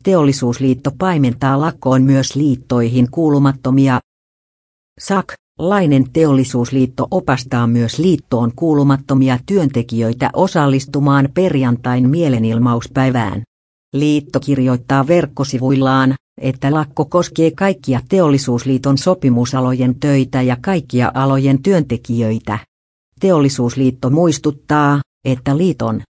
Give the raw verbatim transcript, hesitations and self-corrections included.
teollisuusliitto paimentaa lakkoon myös liittoihin kuulumattomia. Sak-lainen teollisuusliitto opastaa myös liittoon kuulumattomia työntekijöitä osallistumaan perjantain mielenilmauspäivään. Liitto kirjoittaa verkkosivuillaan, että lakko koskee kaikkia teollisuusliiton sopimusalojen töitä ja kaikkia alojen työntekijöitä. Teollisuusliitto muistuttaa, että liiton